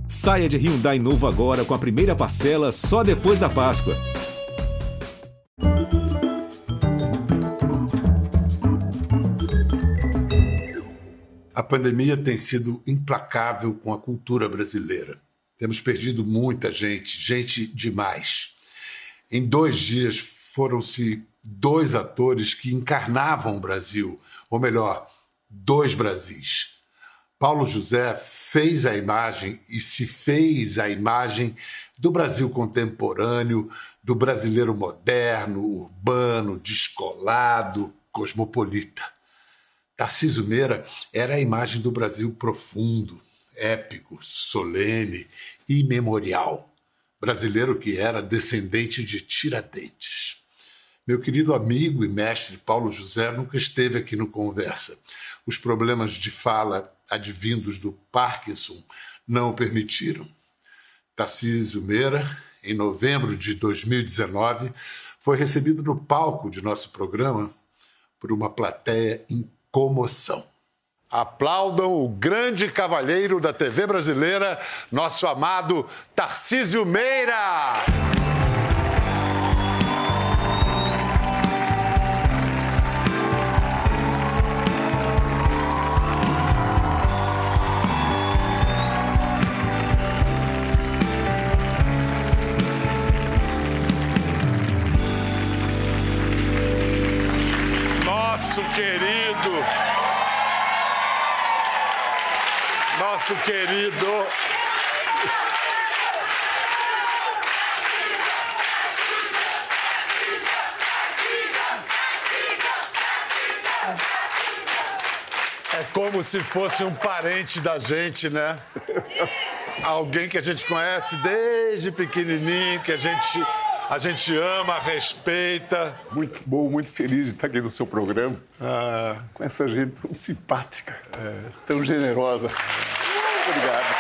Saia de Hyundai novo agora com a primeira parcela só depois da Páscoa. A pandemia tem sido implacável com a cultura brasileira. Temos perdido muita gente demais. Em 2 dias foram-se 2 atores que encarnavam o Brasil, ou melhor, 2 Brasis. Paulo José fez a imagem e se fez a imagem do Brasil contemporâneo, do brasileiro moderno, urbano, descolado, cosmopolita. Tarcísio Meira era a imagem do Brasil profundo, épico, solene, imemorial. Brasileiro que era descendente de Tiradentes. Meu querido amigo e mestre Paulo José nunca esteve aqui no Conversa. Os problemas de fala advindos do Parkinson não o permitiram. Tarcísio Meira, em novembro de 2019, foi recebido no palco de nosso programa por uma plateia em comoção. Aplaudam o grande cavalheiro da TV brasileira, nosso amado Tarcísio Meira! Nosso querido... É como se fosse um parente da gente, né? Alguém que a gente conhece desde pequenininho, que a gente ama, respeita. Muito bom, muito feliz de estar aqui no seu programa. Com essa gente tão simpática, tão generosa. Obrigado.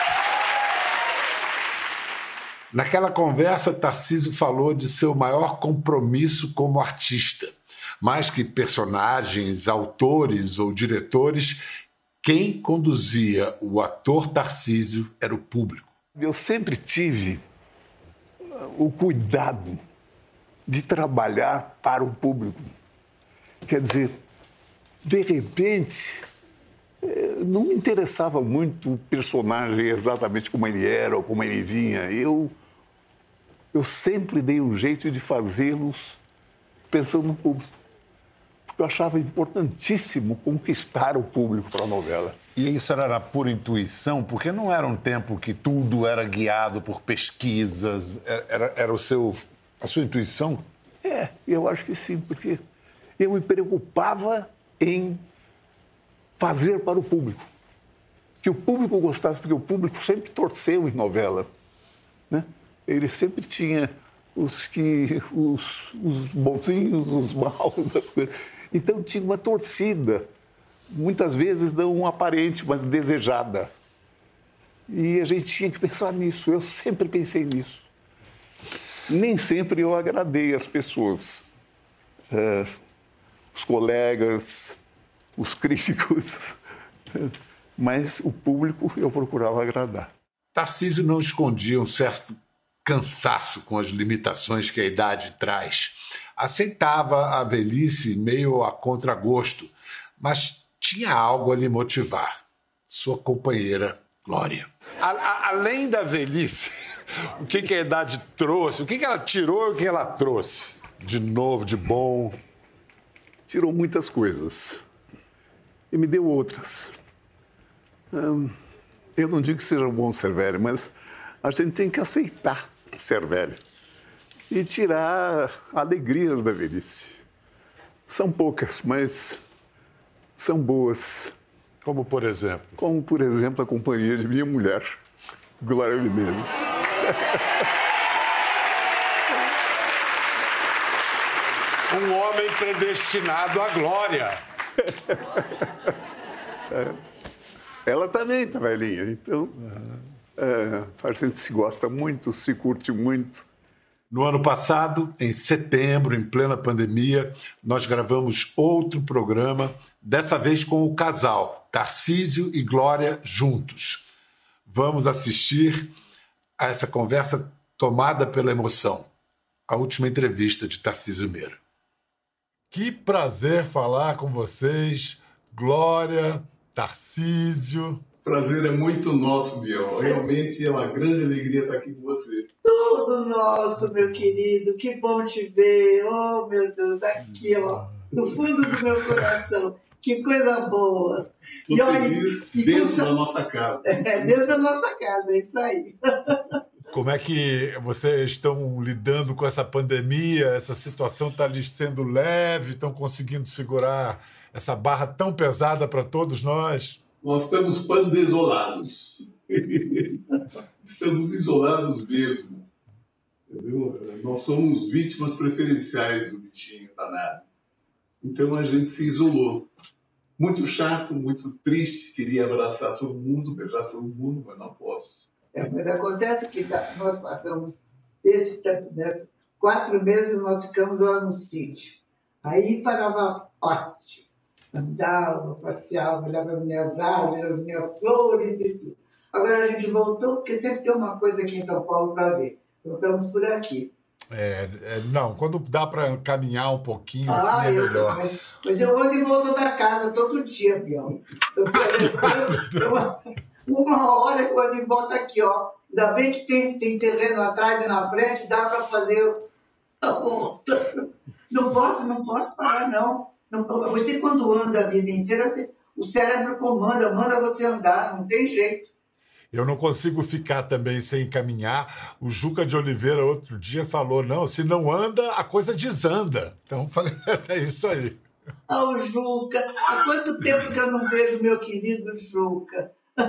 Naquela conversa, Tarcísio falou de seu maior compromisso como artista. Mais que personagens, autores ou diretores, quem conduzia o ator Tarcísio era o público. Eu sempre tive o cuidado de trabalhar para o público. Quer dizer, de repente, não me interessava muito o personagem exatamente como ele era ou como ele vinha. Eu sempre dei um jeito de fazê-los pensando no público. Porque eu achava importantíssimo conquistar o público para a novela. E isso era pura intuição? Porque não era um tempo que tudo era guiado por pesquisas, era a sua intuição? Eu acho que sim, porque eu me preocupava em fazer para o público. Que o público gostasse, porque o público sempre torceu em novela, né? Ele sempre tinha os bonzinhos, os maus, as coisas. Então tinha uma torcida, muitas vezes não aparente, mas desejada. E a gente tinha que pensar nisso, eu sempre pensei nisso. Nem sempre eu agradei as pessoas, os colegas, os críticos, mas o público eu procurava agradar. Tarcísio não escondia um certo cansaço com as limitações que a idade traz. Aceitava a velhice meio a contragosto, mas tinha algo a lhe motivar. Sua companheira, Glória. Além da velhice, o que a idade trouxe? O que ela tirou e o que ela trouxe? De novo, de bom? Tirou muitas coisas e me deu outras. Eu não digo que seja bom ser velho, mas a gente tem que aceitar ser velho e tirar alegrias da velhice. São poucas, mas são boas. Como por exemplo? Como, por exemplo, a companhia de minha mulher, Glória Menezes. Um homem predestinado à glória. Ela também tá velhinha, então a gente se gosta muito, se curte muito. No ano passado, em setembro, em plena pandemia, nós gravamos outro programa, dessa vez com o casal, Tarcísio e Glória juntos. Vamos assistir a essa conversa tomada pela emoção. A última entrevista de Tarcísio Meira. Que prazer falar com vocês, Glória, Tarcísio. Prazer é muito nosso, Biel. Realmente é uma grande alegria estar aqui com você. Tudo nosso, meu querido. Que bom te ver. Oh, meu Deus, aqui, ó, no fundo do meu coração. Que coisa boa. Deus da nossa casa. Deus da nossa casa, é isso aí. Como é que vocês estão lidando com essa pandemia? Essa situação está lhes sendo leve? Estão conseguindo segurar essa barra tão pesada para todos nós? Nós estamos pandesolados. Estamos isolados mesmo. Entendeu? Nós somos vítimas preferenciais do bichinho danado. Então a gente se isolou. Muito chato, muito triste. Queria abraçar todo mundo, beijar todo mundo, mas não posso. Mas acontece que nós passamos esse tempo, 4 meses nós ficamos lá no sítio. Aí parava ótimo. Andava, passeava, olhava as minhas árvores, as minhas flores e tudo. Agora a gente voltou, porque sempre tem uma coisa aqui em São Paulo para ver. Voltamos por aqui. Não, quando dá para caminhar um pouquinho, assim é melhor. Mas eu ando e volto da casa todo dia, Biel. Uma hora eu ando e volto aqui, ó. Ainda bem que tem terreno atrás e na frente, dá para fazer a volta. Não posso parar, não. Você, quando anda a vida inteira, o cérebro manda você andar, não tem jeito. Eu não consigo ficar também sem caminhar. O Juca de Oliveira, outro dia, falou, não, se não anda, a coisa desanda. Então, falei, é isso aí. O Juca, há quanto tempo que eu não vejo meu querido Juca?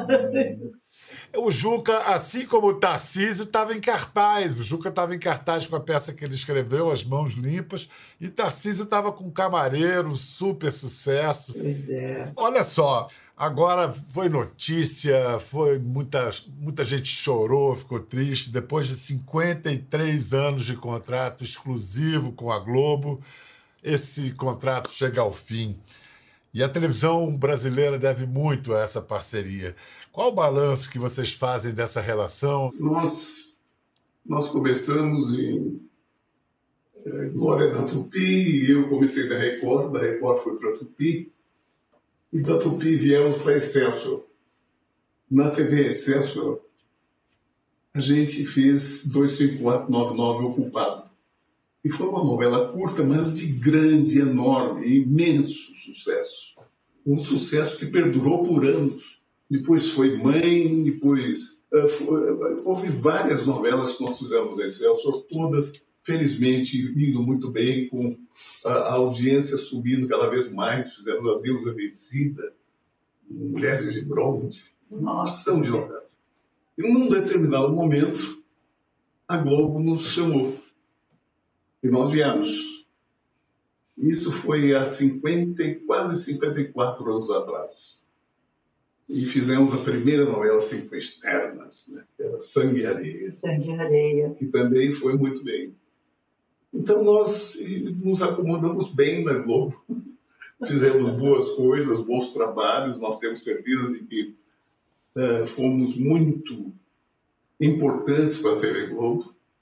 O Juca, assim como o Tarcísio, estava em cartaz. O Juca estava em cartaz com a peça que ele escreveu, As Mãos Limpas, e Tarcísio estava com Camareiro, super sucesso. Pois é. Olha só, agora foi notícia, foi muita gente chorou, ficou triste. Depois de 53 anos de contrato exclusivo com a Globo, esse contrato chega ao fim. E a televisão brasileira deve muito a essa parceria. Qual o balanço que vocês fazem dessa relação? Nós começamos em Glória da Tupi, e eu comecei da Record foi para a Tupi, e da Tupi viemos para Excelsior. Na TV Excelsior, a gente fez 25499, O Culpado. E foi uma novela curta, mas de grande, enorme, imenso sucesso. Um sucesso que perdurou por anos. Depois foi Mãe, depois... houve várias novelas que nós fizemos na Excelsior, todas, felizmente, indo muito bem, com a audiência subindo cada vez mais. Fizemos A Deusa Vencida, Mulheres de Bronze, uma ação de novelas. E num determinado momento, a Globo nos chamou. E nós viemos. Isso foi há quase 54 anos atrás. E fizemos a primeira novela assim, com externas, né? Que era Sangue e Areia. Sangue e Areia. Que também foi muito bem. Então nós nos acomodamos bem na Globo. Fizemos boas coisas, bons trabalhos. Nós temos certeza de que fomos muito importantes para a TV Globo.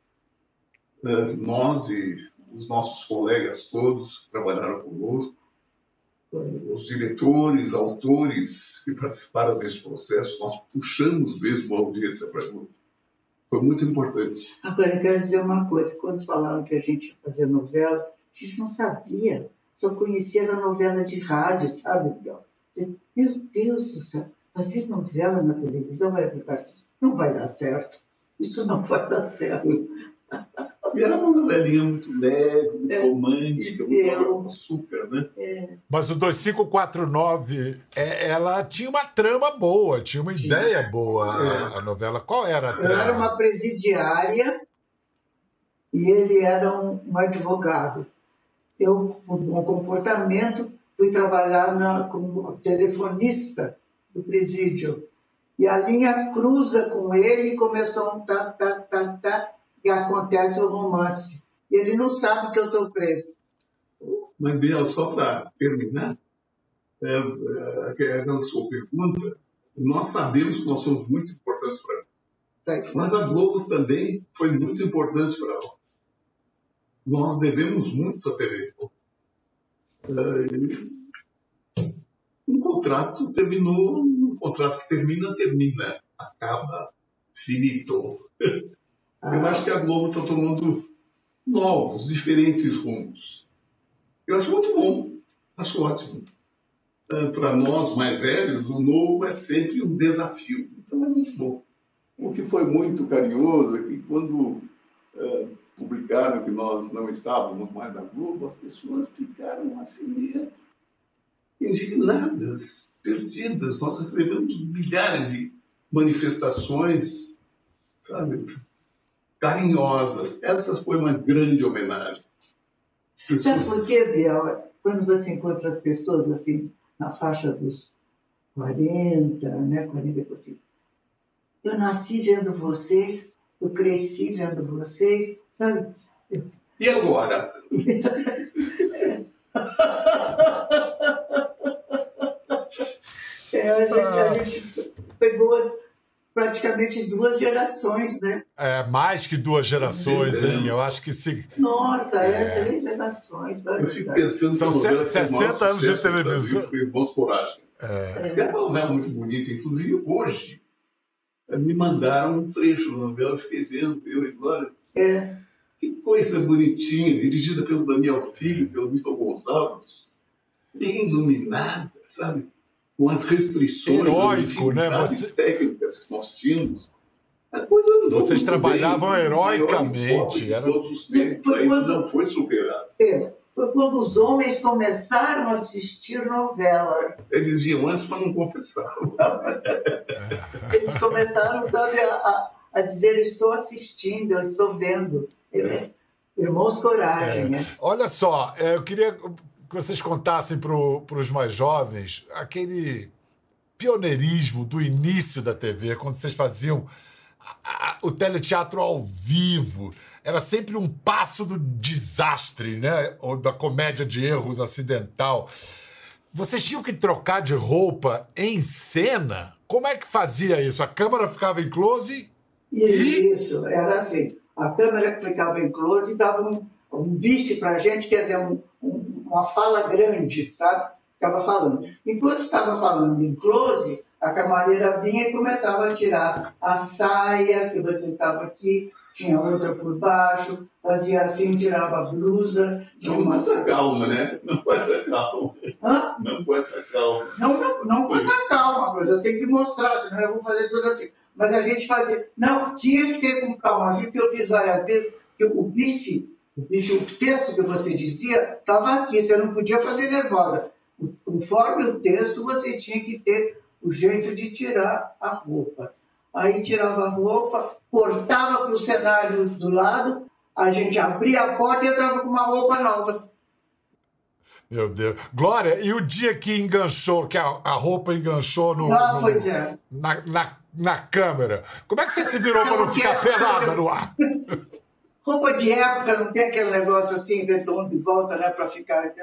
Nós e os nossos colegas todos que trabalharam conosco, os diretores, autores que participaram desse processo, nós puxamos mesmo a audiência para a Globo. Foi muito importante. Agora, eu quero dizer uma coisa. Quando falaram que a gente ia fazer novela, a gente não sabia. Só conhecia a novela de rádio, sabe, Miguel? Meu Deus do céu, fazer novela na televisão não vai dar certo. Isso não vai dar certo. E era uma novelinha muito leve, muito romântica, muito com açúcar, né? Mas o 2549, ela tinha uma trama boa, tinha uma ideia boa, a novela. Qual era a trama? Eu era uma presidiária e ele era um advogado. Eu, por um comportamento, fui trabalhar como telefonista do presídio. E a linha cruza com ele e começou um e acontece o romance. E ele não sabe que eu estou preso. Mas, Biel, só para terminar, na sua pergunta, Nós sabemos que nós somos muito importantes para eles. Mas a Globo também foi muito importante para nós. Nós devemos muito à TV. Um contrato terminou, um contrato que termina, acaba, finito. Eu acho que a Globo está tomando novos, diferentes rumos. Eu acho muito bom, acho ótimo. Para nós mais velhos, o novo é sempre um desafio. Então é muito bom. O que foi muito carinhoso é que quando publicaram que nós não estávamos mais na Globo, as pessoas ficaram assim meio indignadas, perdidas. Nós recebemos milhares de manifestações, sabe, carinhosas. Essa foi uma grande homenagem. Sabe por quê, Biel? Quando você encontra as pessoas assim, na faixa dos 40, né, 40%, eu nasci vendo vocês, eu cresci vendo vocês, sabe? E agora? A gente pegou praticamente 2 gerações, né? Mais que 2 gerações, hein? Eu acho que se... Nossa, 3 gerações. Eu fico pensando são 60 anos de televisão. Foi Irmãos Coragem. É uma novela muito bonita. Inclusive, hoje, me mandaram um trecho da novela, eu fiquei vendo, eu e Glória. Que coisa bonitinha, dirigida pelo Daniel Filho, pelo Milton Gonçalves. Bem iluminada, sabe? Com as restrições, heróico, né? Técnicas que nós tínhamos. A coisa andou. Vocês trabalhavam heroicamente. De todos os tempos, não foi superado. Foi quando os homens começaram a assistir novela. Eles iam antes, mas não confessavam. Eles começaram, sabe, a dizer: estou assistindo, eu estou vendo. Irmãos Coragem, né? Olha só, eu queria que vocês contassem para os mais jovens aquele pioneirismo do início da TV, quando vocês faziam o teleteatro ao vivo. Era sempre um passo do desastre, né? Ou da comédia de erros acidental. Vocês tinham que trocar de roupa em cena? Como é que fazia isso? A câmera ficava em close? Isso, era assim. A câmera que ficava em close dava um bife pra gente, quer dizer, uma fala grande, sabe? Ficava falando. Enquanto estava falando em close, a camareira vinha e começava a tirar a saia, que você estava aqui, tinha outra por baixo, fazia assim, tirava a blusa. Não com essa calma, né? Não com essa calma. Hã? Não com essa calma. Não com essa calma, mas eu tenho que mostrar, senão eu vou fazer tudo assim. Mas a gente fazia... Não, tinha que ser com calma, assim, porque eu fiz várias vezes, que o bife, o texto que você dizia, estava aqui, você não podia fazer nervosa. Conforme o texto, você tinha que ter o jeito de tirar a roupa. Aí tirava a roupa, cortava para o cenário do lado, a gente abria a porta e entrava com uma roupa nova. Meu Deus. Glória, e o dia que enganchou, que a roupa enganchou pois é. na câmera, como é que você se virou para não ficar pelada no ar? Roupa de época, não tem aquele negócio assim, redondo e volta, né, para ficar...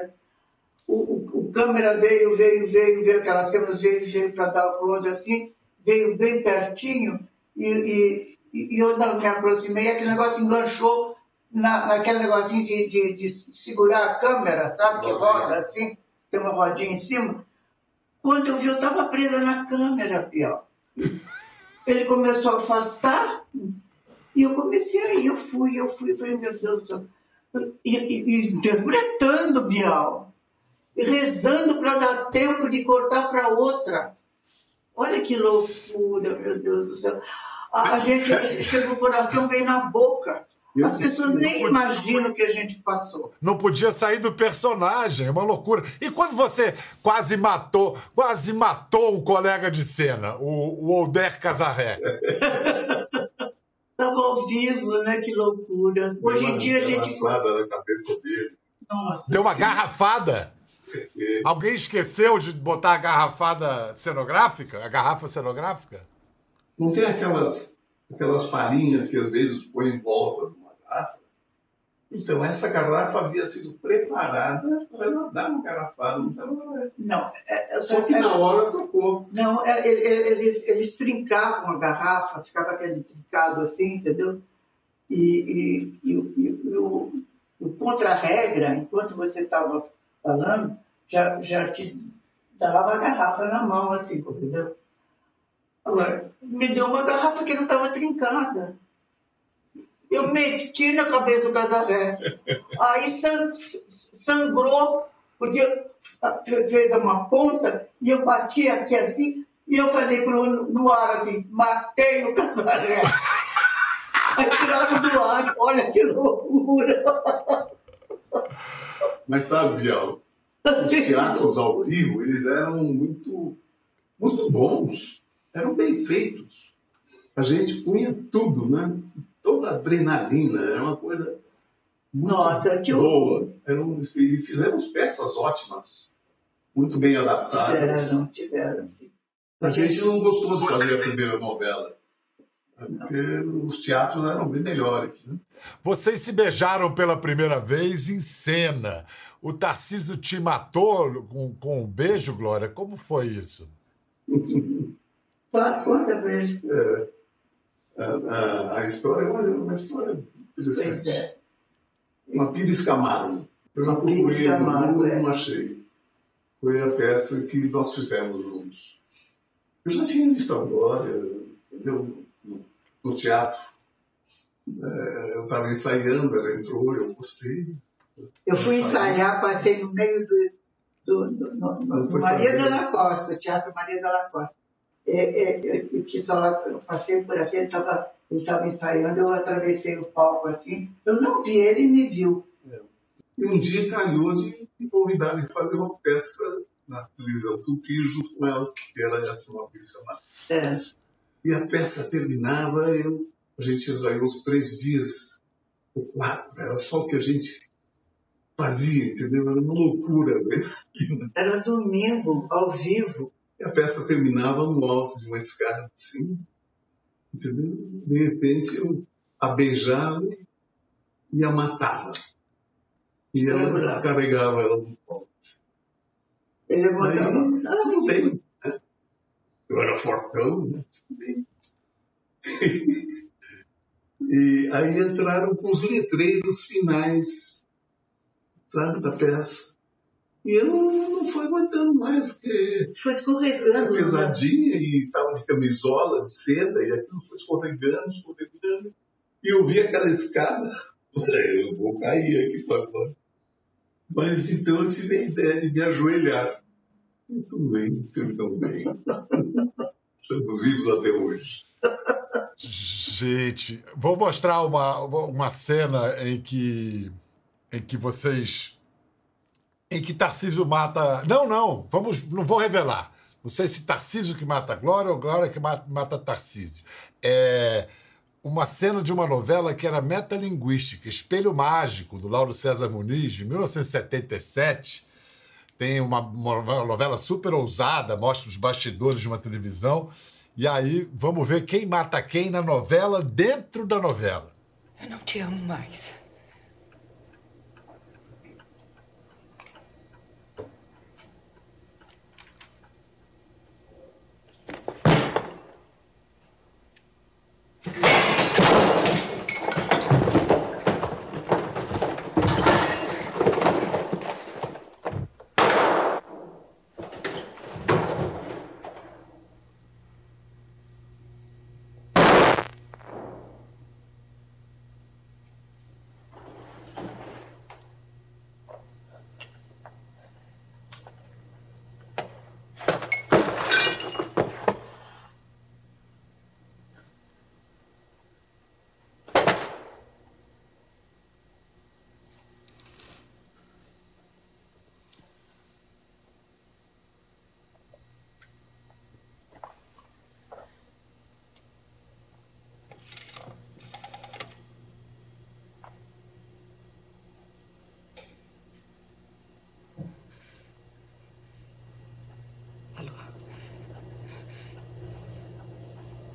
O câmera veio, aquelas câmeras veio para dar o close assim, veio bem pertinho e eu não me aproximei, aquele negócio enganchou naquele negocinho de segurar a câmera, sabe, que roda assim, tem uma rodinha em cima. Quando eu vi, eu estava presa na câmera, Pior. Ele começou a afastar e eu comecei a ir, eu fui, falei, meu Deus do céu, e interpretando, Bial. E rezando para dar tempo de cortar para outra. Olha que loucura, meu Deus do céu. A gente chega, o coração vem na boca. As pessoas nem imaginam o que a gente passou. Não podia sair do personagem, é uma loucura. E quando você quase matou um colega de cena, o Older Casarré? Estava ao vivo, né? Que loucura. Hoje em dia a gente... na cabeça dele. Nossa, deu uma garrafada? Alguém esqueceu de botar a garrafada cenográfica? A garrafa cenográfica? Não tem aquelas farinhas que às vezes põem em volta de uma garrafa? Então, essa garrafa havia sido preparada para ela dar uma garrafada no Tamandaré. Não. Só que na hora trocou. Não, eles trincavam a garrafa, ficava aquele trincado assim, entendeu? E o contra-regra, enquanto você estava falando, já te dava a garrafa na mão, assim, entendeu? Agora, me deu uma garrafa que não estava trincada. Eu meti na cabeça do Casarré. Aí sangrou, porque fez uma ponta e eu bati aqui assim, e eu falei no ar assim, matei o Casarré. Aí tiraram do ar, olha que loucura. Mas sabe, Bial, os teatros ao vivo, eles eram muito, muito bons, eram bem feitos. A gente punha tudo, né? Toda a adrenalina, era uma coisa muito boa. E fizemos peças ótimas, muito bem adaptadas. Tiveram, sim. A gente não gostou de fazer a primeira novela, porque os teatros eram bem melhores, né? Vocês se beijaram pela primeira vez em cena. O Tarcísio te matou com um beijo, Glória? Como foi isso? Quanta vez? A história é uma história interessante. Pois é. Uma Pires Camargo. Eu não procurei, não achei. Foi a peça que nós fizemos juntos. Eu já tinha visto a Glória, entendeu? No teatro. Eu estava ensaiando, ela entrou, eu gostei. Eu fui ensaiar, passei no meio do Maria de la Costa, Teatro Maria de la Costa. Eu passei por assim, ele estava ensaiando, eu atravessei o palco assim, eu não vi ele, me viu. E um dia calhou de me convidar a fazer uma peça na televisão Tupi junto com ela, que era essa uma Pires Camargo. E a peça terminava, a gente ensaiou uns 3 dias, ou 4, era só o que a gente fazia, entendeu? Era uma loucura. Né? Era domingo, ao vivo. E a peça terminava no alto de uma escada, assim, entendeu? De repente eu a beijava e a matava. E ela carregava ela no colo. Ele botava... Tudo bem, né? Eu era fortão, né? Tudo bem. E aí entraram com os letreiros finais, sabe, da peça. E eu não fui aguentando mais, porque... Foi escorregando. Era pesadinha, e estava de camisola, de seda, e aquilo foi escorregando. E eu vi aquela escada, falei, eu vou cair aqui para agora. Mas então eu tive a ideia de me ajoelhar. E tudo bem, tudo bem. Estamos vivos até hoje. Gente, vou mostrar uma cena em que vocês... Em que Tarcísio mata... Não vou revelar. Não sei se Tarcísio que mata Glória ou Glória que mata Tarcísio. É uma cena de uma novela que era metalinguística, Espelho Mágico, do Lauro César Muniz, de 1977. Tem uma novela super ousada, mostra os bastidores de uma televisão. E aí, vamos ver quem mata quem na novela, dentro da novela. Eu não te amo mais.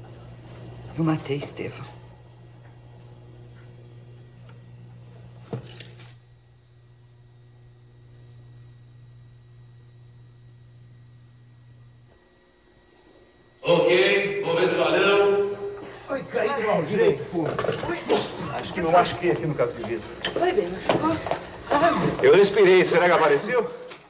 Eu matei Estevão. Dá um jeito, pô. Acho que me machuquei aqui no caco de vidro. Foi bem, machucou? Eu respirei, será que apareceu?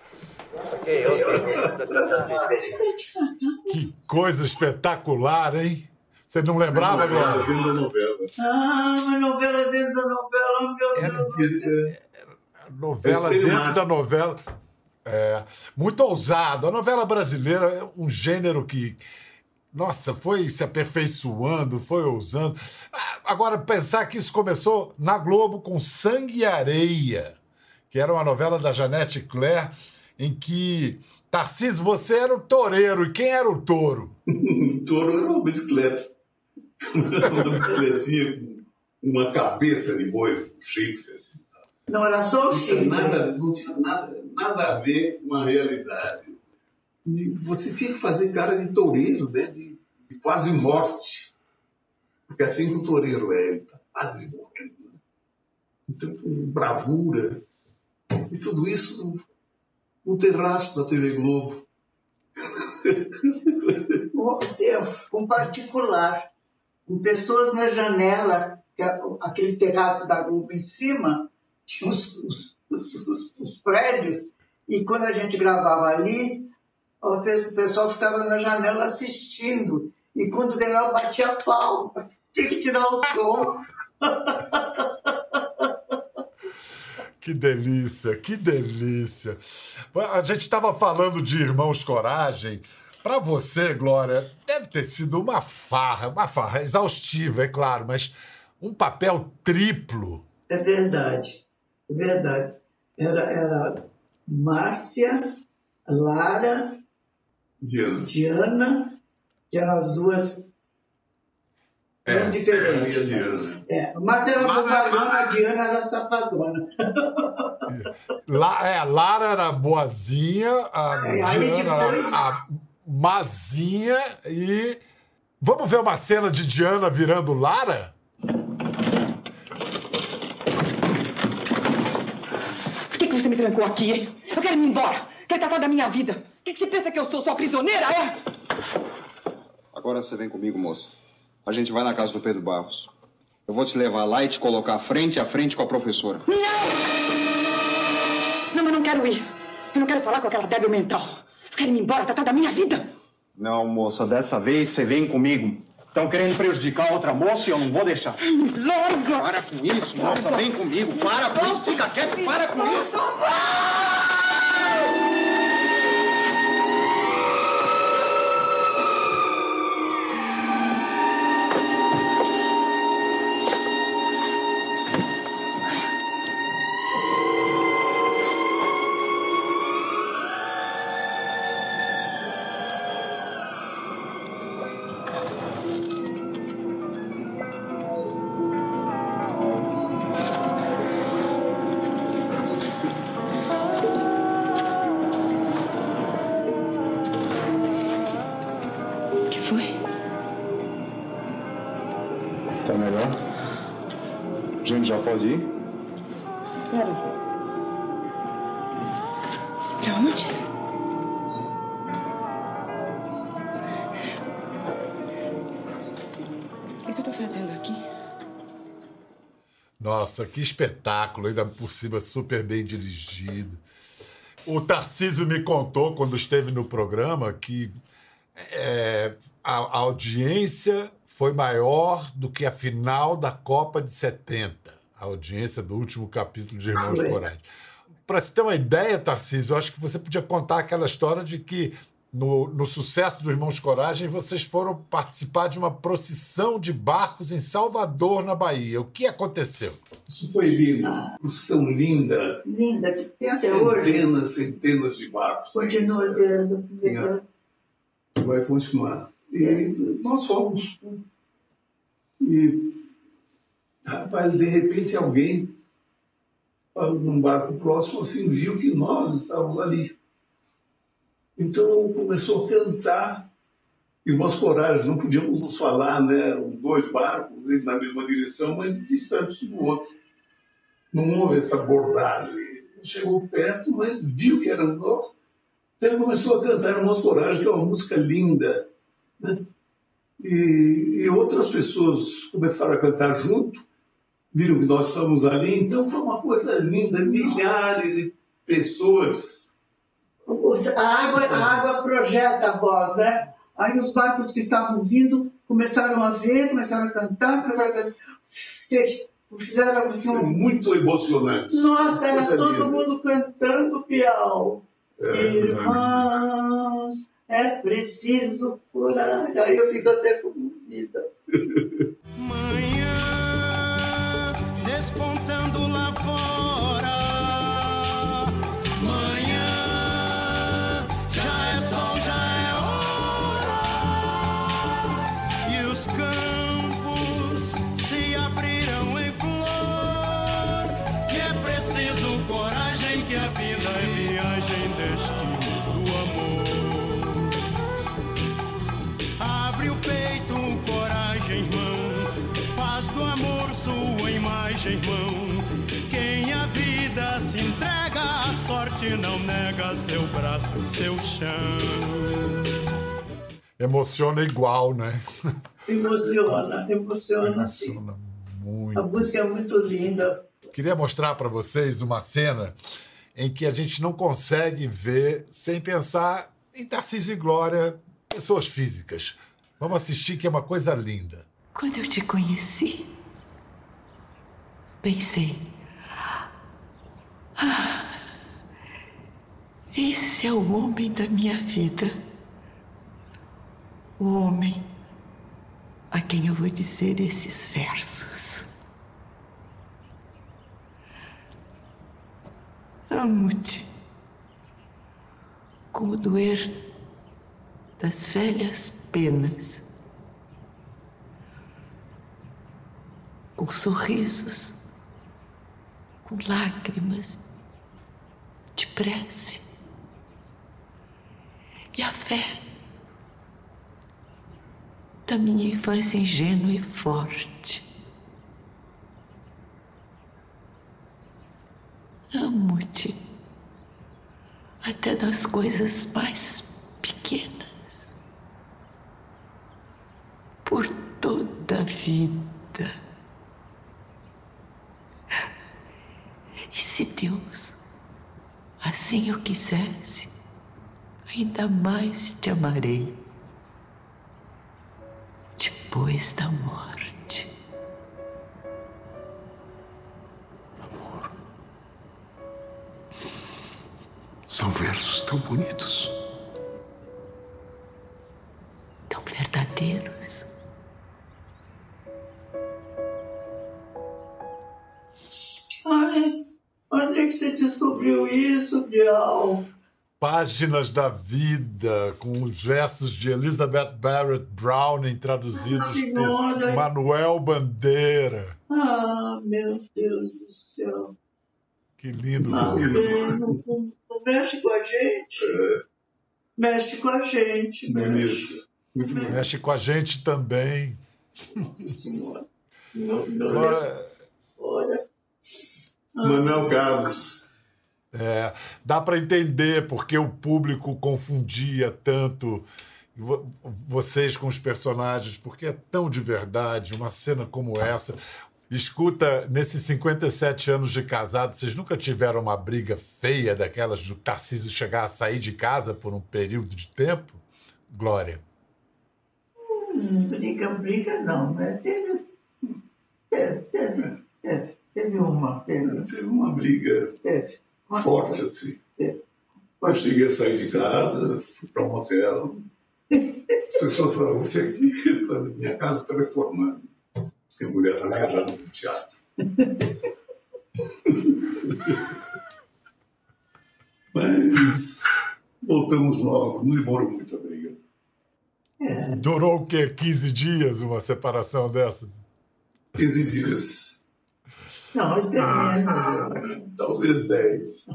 Que coisa espetacular, hein? Você não lembrava, Glória? Dentro da novela. Ah, uma novela dentro da novela, meu Deus do céu. Novela dentro da novela. É, muito ousado. A novela brasileira é um gênero que, nossa, foi se aperfeiçoando, foi ousando. Agora, pensar que isso começou na Globo com Sangue e Areia, que era uma novela da Janete Claire, em que, Tarcísio, você era o toureiro. E quem era o touro? O touro era uma bicicleta. Uma bicicletinha com uma cabeça de boi, um chifre assim. Não era só o chifre. Não tinha nada a ver com a realidade. E você tinha que fazer cara de toureiro, né? De quase morte. Porque assim que o toureiro é, ele está quase morrendo. Né? Então, com bravura. E tudo isso no terraço da TV Globo. Com particular. Com pessoas na janela, aquele terraço da Globo em cima, tinha os prédios, e quando a gente gravava ali, o pessoal ficava na janela assistindo, e quando terminava batia pau, tinha que tirar o som. Que delícia, que delícia. A gente estava falando de Irmãos Coragem. Para você, Glória, deve ter sido uma farra exaustiva, é claro, mas um papel triplo. É verdade, é verdade. Era Márcia, Lara, Diana, que eram as duas bem diferentes. A Márcia era bobalhona, a Diana era safadona. Lara era boazinha, a Diana era a mazinha e... Vamos ver uma cena de Diana virando Lara? Por que você me trancou aqui, hein? Eu quero ir embora. Quero tratar da minha vida. O que você pensa que eu sou? Sua prisioneira, é? Agora você vem comigo, moça. A gente vai na casa do Pedro Barros. Eu vou te levar lá e te colocar frente a frente com a professora. Não! Não, eu não quero ir. Eu não quero falar com aquela débil mental. Eu quero ir embora, tratar da minha vida. Não, moça, dessa vez você vem comigo. Estão querendo prejudicar outra moça e eu não vou deixar. Larga! Para com isso, moça, vem comigo. Para com isso, fica quieto, para com isso. A gente já pode ir? Quero. Pra onde? O que eu tô fazendo aqui? Nossa, que espetáculo, ainda por cima super bem dirigido. O Tarcísio me contou, quando esteve no programa, que a audiência foi maior do que a final da Copa de 70, a audiência do último capítulo de Irmãos Coragem. Para você ter uma ideia, Tarcísio, eu acho que você podia contar aquela história de que no sucesso do Irmãos Coragem vocês foram participar de uma procissão de barcos em Salvador, na Bahia. O que aconteceu? Isso foi lindo. Procissão linda. Linda, que tem até hoje. Centenas de barcos. Continua tendo. Vai continuar. E nós fomos. E, rapaz, de repente alguém, num barco próximo, assim, viu que nós estávamos ali. Então começou a cantar Irmãos Coragem. Não podíamos nos falar, né? Dois barcos, eles na mesma direção, mas distantes um do outro. Não houve essa abordagem. Chegou perto, mas viu que éramos nós. Então ele começou a cantar Irmãos Coragem, que é uma música linda, né? E outras pessoas começaram a cantar junto, viram que nós estávamos ali, então foi uma coisa linda, milhares de pessoas. A água projeta a voz, né? Aí os barcos que estavam vindo começaram a ver, começaram a cantar, fizeram assim, muito emocionante. Nossa, era todo mundo cantando Piau. Irmãos, é preciso coragem. Aí eu fico até comovida. Manhã despontando lá fora. Manhã já é sol, já é hora. E os campos se abriram em flor. Que é preciso coragem, que a vida é viagem, destino do amor. Abre o peito, coragem, irmão. Faz do amor sua imagem, irmão. Quem a vida se entrega, a sorte não nega seu braço e seu chão. Emociona igual, né? Emociona sim. Muito. A música é muito linda. Queria mostrar para vocês uma cena em que a gente não consegue ver sem pensar em Tarcísio e Glória, pessoas físicas. Vamos assistir, que é uma coisa linda. Quando eu te conheci, pensei, esse é o homem da minha vida. O homem a quem eu vou dizer esses versos. Amo-te com o doer das velhas penas, com sorrisos, com lágrimas de prece e a fé da minha infância ingênua e forte. Amo-te até das coisas mais pequenas, por toda a vida. E se Deus assim o quisesse, ainda mais te amarei depois da morte. Amor, são versos tão bonitos, tão verdadeiros. Ai, onde é que você descobriu isso, Bial? Páginas da Vida, com os versos de Elizabeth Barrett Browning traduzidos por Manuel Bandeira. Ah, meu Deus do céu. Que lindo. Não mexe com a gente. Mexe com a gente. Mexe com a gente também. Nossa Senhora. Olha. Manuel Carlos. Dá para entender porque o público confundia tanto vocês com os personagens, porque é tão de verdade, uma cena como essa. Escuta, nesses 57 anos de casado, vocês nunca tiveram uma briga feia daquelas do Tarcísio chegar a sair de casa por um período de tempo? Glória. Briga não, né? Teve uma. Teve uma briga. Teve. Forte, assim. Eu cheguei a sair de casa, fui para um hotel. As pessoas falaram, você aqui, minha casa está reformando. Porque a mulher está viajando no teatro. Mas voltamos logo, não demorou muito a briga. Durou o quê? 15 dias uma separação dessas? 15 dias. Não, até menos. Talvez 10.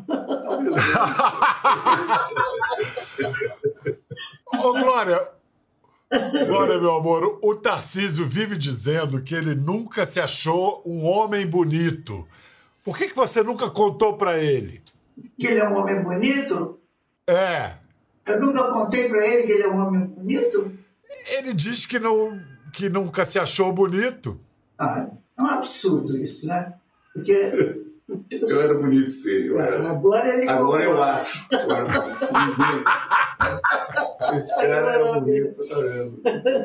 Ô, Glória, meu amor, o Tarcísio vive dizendo que ele nunca se achou um homem bonito. Por que você nunca contou pra ele? Que ele é um homem bonito? É. Eu nunca contei pra ele que ele é um homem bonito? Ele diz que nunca se achou bonito. É um absurdo isso, né? Porque... Eu era bonito, sim. Agora eu acho. Esse cara era bonito, tá vendo?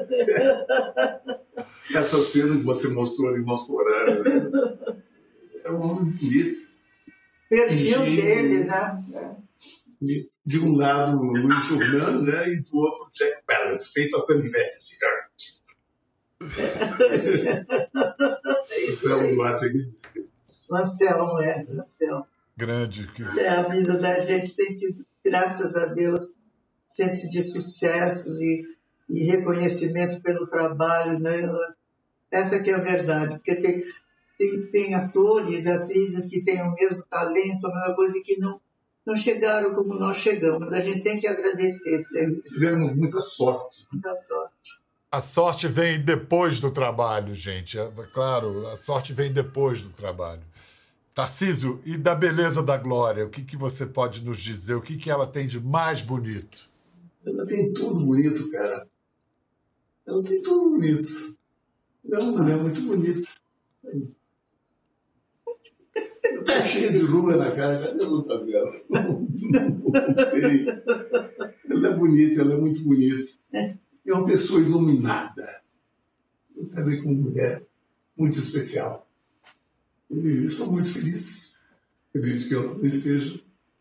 Essa cena que você mostrou ali no nosso horário, né? É um homem bonito. Perfil dele, né? De um lado, o Luiz Jordano, né? E do outro, Jack Palance, feito a canivete. Isso é um Anselmo, Grande. A vida da gente tem sido, graças a Deus, sempre de sucessos e reconhecimento pelo trabalho, né? Essa que é a verdade, porque tem atores e atrizes que têm o mesmo talento, a mesma coisa, que não chegaram como nós chegamos. A gente tem que agradecer sempre. Tivemos muita sorte. Muita sorte. A sorte vem depois do trabalho, gente. Claro, a sorte vem depois do trabalho. Tarcísio, e da beleza da Glória, o que você pode nos dizer? O que ela tem de mais bonito? Ela tem tudo bonito, cara. Ela tem tudo bonito. Ela é uma mulher muito bonita. Tá cheia de ruga na cara, cadê a luta dela? Não tem. Ela é bonita, ela é muito bonita. É uma pessoa iluminada. Eu casei com uma mulher muito especial. E estou muito feliz. Acredito que ela também seja.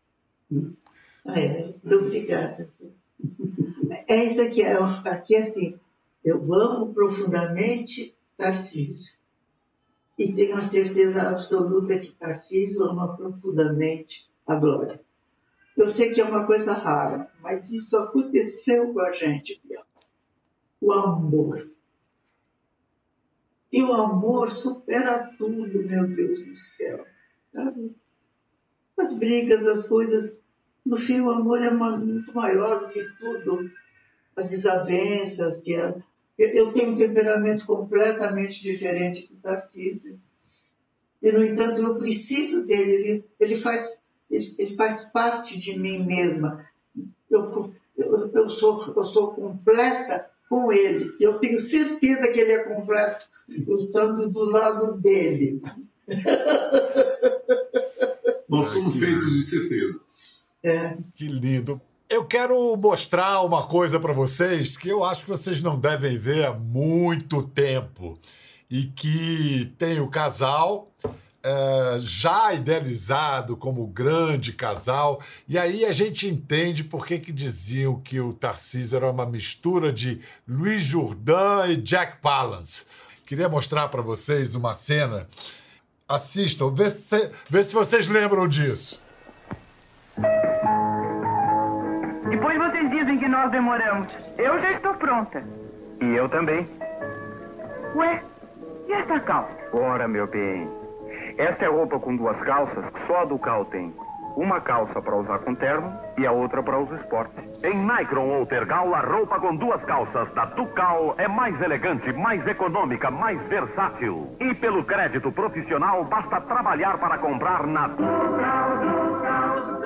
Obrigada. É isso aqui. Aqui, assim, eu amo profundamente Tarcísio. E tenho a certeza absoluta que Tarcísio ama profundamente a Glória. Eu sei que é uma coisa rara, mas isso aconteceu com a gente, Biel. O amor. E o amor supera tudo, meu Deus do céu. Sabe? As brigas, as coisas... No fim, o amor é muito maior do que tudo. As desavenças, eu tenho um temperamento completamente diferente do Tarcísio. E, no entanto, eu preciso dele. Ele faz parte de mim mesma. Eu sou completa com ele. Eu tenho certeza que ele é completo estando do lado dele. Nós somos feitos de certezas. Que lindo. Eu quero mostrar uma coisa para vocês que eu acho que vocês não devem ver há muito tempo e que tem o casal já idealizado como grande casal, e aí a gente entende por que diziam que o Tarcísio era uma mistura de Luiz Jordano e Jack Palance. Queria mostrar para vocês uma cena. Assistam, vê se vocês lembram disso. Depois vocês dizem que nós demoramos. Eu já estou pronta. E eu também. Ué, e essa calça? Ora, meu bem, esta é roupa com duas calças que só a Ducal tem. Uma calça para usar com terno e a outra para os esportes. Em Nikron ou Tergal, a roupa com duas calças da Ducal é mais elegante, mais econômica, mais versátil. E pelo crédito profissional, basta trabalhar para comprar na Ducal.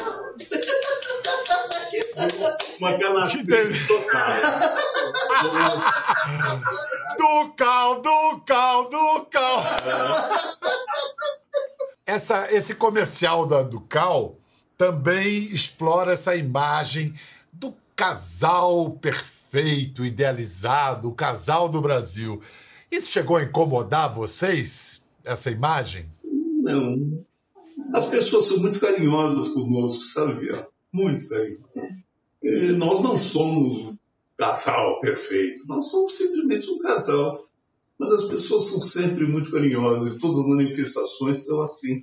Uma canastriz total. Ducal. Esse comercial da Ducal também explora essa imagem do casal perfeito, idealizado, o casal do Brasil. Isso chegou a incomodar vocês, essa imagem? Não. As pessoas são muito carinhosas conosco, sabe? Muito carinhosas. Nós não somos um casal perfeito, nós somos simplesmente um casal. Mas as pessoas são sempre muito carinhosas, todas as manifestações são assim,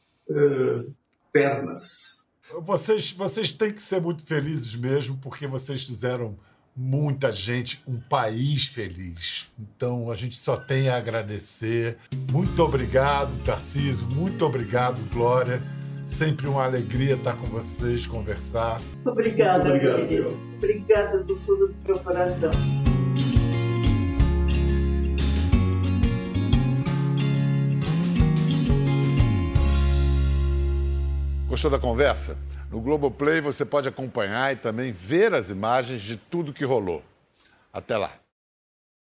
ternas. Vocês têm que ser muito felizes mesmo, porque vocês fizeram muita gente, um país feliz. Então a gente só tem a agradecer. Muito obrigado, Tarcísio, muito obrigado, Glória. Sempre uma alegria estar com vocês, conversar. Obrigada, meu querido. Obrigada do fundo do meu coração. Gostou da conversa? No Globoplay você pode acompanhar e também ver as imagens de tudo que rolou. Até lá.